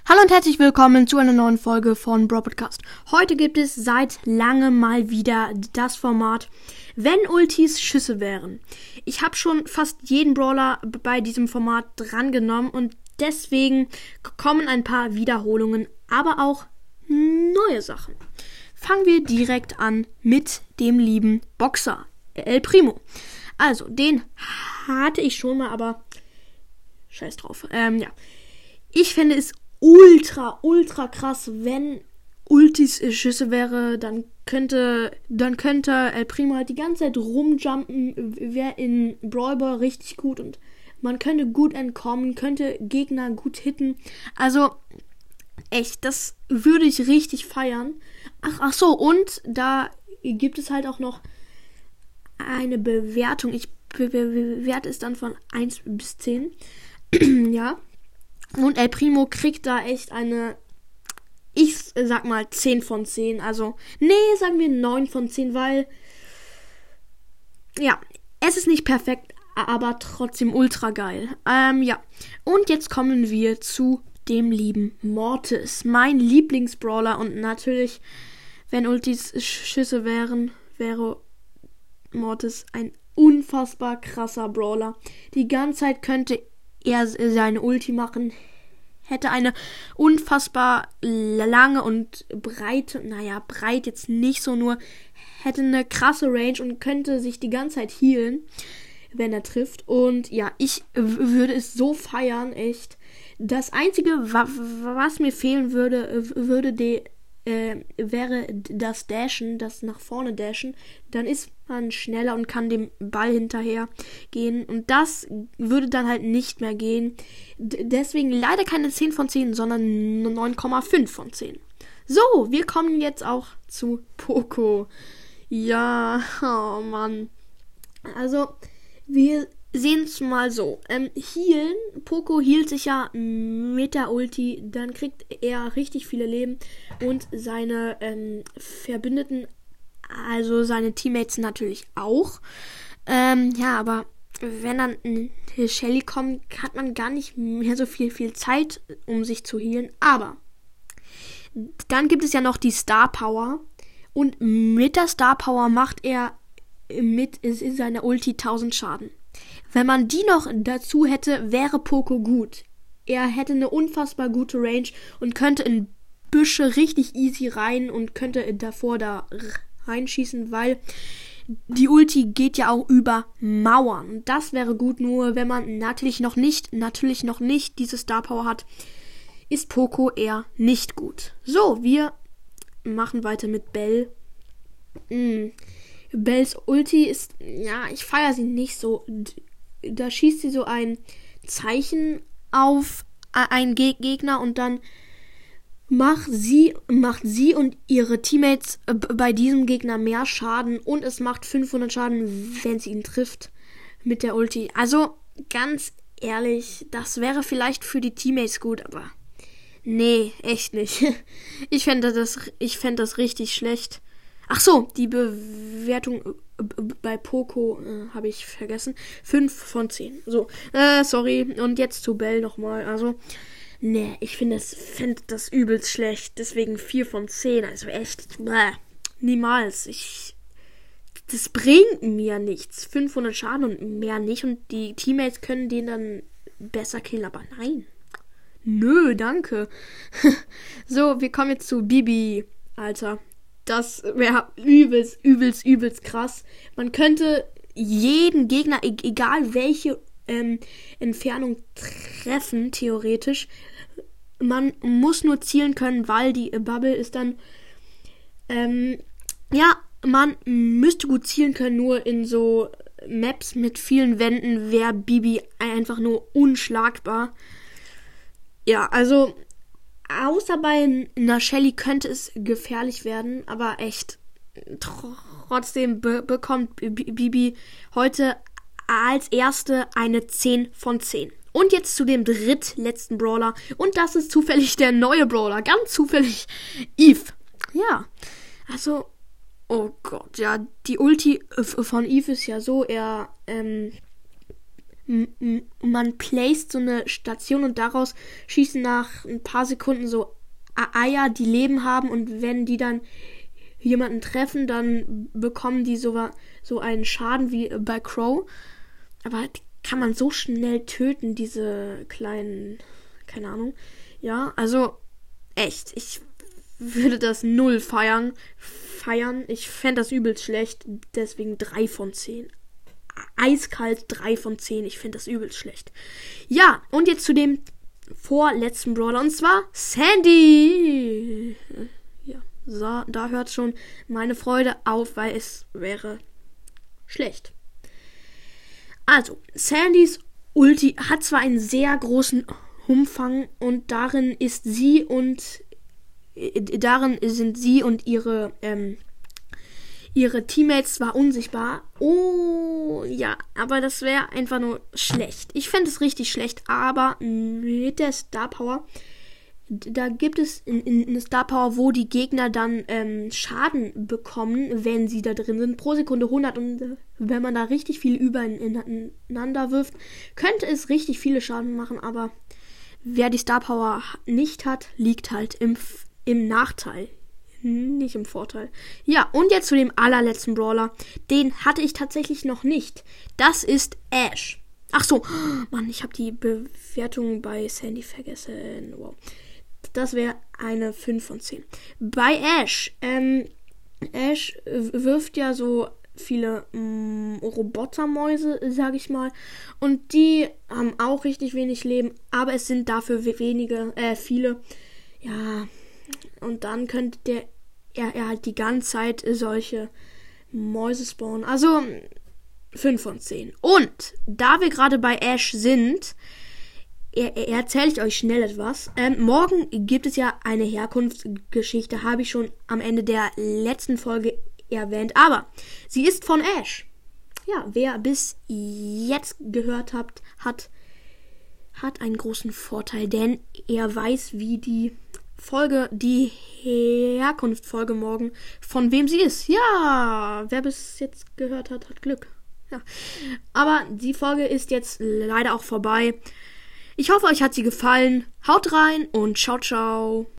Hallo und herzlich willkommen zu einer neuen Folge von Brawl Podcast. Heute gibt es seit langem mal wieder das Format, wenn Ultis Schüsse wären. Ich habe schon fast jeden Brawler bei diesem Format drangenommen und deswegen kommen ein paar Wiederholungen, aber auch neue Sachen. Fangen wir direkt an mit dem lieben Boxer, El Primo. Also, den hatte ich schon mal, aber scheiß drauf. Ich finde es ultra krass, wenn Ultis Schüsse wäre, dann könnte El Primo halt die ganze Zeit rumjumpen, wäre in Brawl Ball richtig gut und man könnte gut entkommen, könnte Gegner gut hitten. Also, echt, das würde ich richtig feiern. Ach so, und da gibt es halt auch noch eine Bewertung. Ich bewerte es dann von 1 bis 10. Ja. Und El Primo kriegt da echt eine, ich sag mal 10 von 10. Also, sagen wir 9 von 10, weil, ja, es ist nicht perfekt, aber trotzdem ultra geil. Und jetzt kommen wir zu dem lieben Mortis. Mein Lieblingsbrawler und natürlich, wenn Ultis Schüsse wären, wäre Mortis ein unfassbar krasser Brawler. Die ganze Zeit könnte er seine Ulti machen, hätte eine unfassbar lange und breite, breit jetzt nicht so, nur hätte eine krasse Range und könnte sich die ganze Zeit healen, wenn er trifft. Und ja, ich würde es so feiern, echt. Das Einzige, was mir fehlen wäre das Dashen, das nach vorne Dashen. Dann ist man schneller und kann dem Ball hinterher gehen. Und das würde dann halt nicht mehr gehen. Deswegen leider keine 10 von 10, sondern 9,5 von 10. So, wir kommen jetzt auch zu Poco. Ja, oh Mann. Also, wir sehen es mal so. Healen. Poco healt sich ja mit der Ulti. Dann kriegt er richtig viele Leben. Und seine Verbündeten, also seine Teammates natürlich auch. Aber wenn dann eine Shelly kommt, hat man gar nicht mehr so viel Zeit, um sich zu healen. Aber dann gibt es ja noch die Star Power. Und mit der Star Power macht er mit in seiner Ulti 1000 Schaden. Wenn man die noch dazu hätte, wäre Poco gut. Er hätte eine unfassbar gute Range und könnte in Büsche richtig easy rein und könnte davor da reinschießen, weil die Ulti geht ja auch über Mauern. Und das wäre gut, nur wenn man natürlich noch nicht diese Star Power hat, ist Poco eher nicht gut. So, wir machen weiter mit Bell. Bells Ulti ist, ich feiere sie nicht so. Da schießt sie so ein Zeichen auf einen Gegner und dann macht sie und ihre Teammates bei diesem Gegner mehr Schaden und es macht 500 Schaden, wenn sie ihn trifft mit der Ulti. Also, ganz ehrlich, das wäre vielleicht für die Teammates gut, aber nee, echt nicht. Ich fände das richtig schlecht. Ach so, die Bewertung bei Poco habe ich vergessen. 5 von 10. So, sorry. Und jetzt zu Bell nochmal. Also, ich finde das übelst schlecht. Deswegen 4 von 10. Also echt, niemals. Das bringt mir nichts. 500 Schaden und mehr nicht. Und die Teammates können den dann besser killen. Aber nein. Nö, danke. So, wir kommen jetzt zu Bibi. Alter. Das wäre übelst krass. Man könnte jeden Gegner, egal welche Entfernung, treffen, theoretisch. Man muss nur zielen können, weil die Bubble ist dann, man müsste gut zielen können, nur in so Maps mit vielen Wänden wäre Bibi einfach nur unschlagbar. Ja, also außer bei einer Shelly könnte es gefährlich werden, aber echt, trotzdem bekommt Bibi heute als erste eine 10 von 10. Und jetzt zu dem drittletzten Brawler. Und das ist zufällig der neue Brawler. Ganz zufällig Eve. Ja, also, oh Gott, ja, die Ulti von Eve ist ja so, er man placed so eine Station und daraus schießen nach ein paar Sekunden so Eier, die Leben haben, und wenn die dann jemanden treffen, dann bekommen die so einen Schaden wie bei Crow. Aber die kann man so schnell töten, diese kleinen, keine Ahnung. Ja, also echt, ich würde das null feiern. Ich fände das übelst schlecht, deswegen 3 von 10. Eiskalt 3 von 10, ich finde das übelst schlecht. Ja, und jetzt zu dem vorletzten Brawler, und zwar Sandy. Ja, so, da hört schon meine Freude auf, weil es wäre schlecht. Also, Sandys Ulti hat zwar einen sehr großen Umfang und darin sind sie und ihre Teammates zwar unsichtbar. Oh, ja, aber das wäre einfach nur schlecht. Ich fände es richtig schlecht, aber mit der Star Power, da gibt es eine Star Power, wo die Gegner dann Schaden bekommen, wenn sie da drin sind. Pro Sekunde 100, und wenn man da richtig viel übereinander wirft, könnte es richtig viele Schaden machen, aber wer die Star Power nicht hat, liegt halt im Nachteil. Nicht im Vorteil. Ja, und jetzt zu dem allerletzten Brawler. Den hatte ich tatsächlich noch nicht. Das ist Ash. Ach so, Mann, ich habe die Bewertung bei Sandy vergessen. Wow. Das wäre eine 5 von 10. Bei Ash. Ash wirft ja so viele Robotermäuse, sag ich mal. Und die haben auch richtig wenig Leben. Aber es sind dafür viele. Ja, und dann könnte er halt die ganze Zeit solche Mäuse spawnen. Also 5 von 10. Und da wir gerade bei Ash sind, erzähle ich euch schnell etwas. Morgen gibt es ja eine Herkunftsgeschichte, habe ich schon am Ende der letzten Folge erwähnt. Aber sie ist von Ash. Ja, wer bis jetzt gehört hat einen großen Vorteil, denn er weiß, wie die Herkunftsfolge morgen, von wem sie ist. Ja, wer bis jetzt gehört hat Glück. Ja. Aber die Folge ist jetzt leider auch vorbei. Ich hoffe, euch hat sie gefallen. Haut rein und ciao, ciao.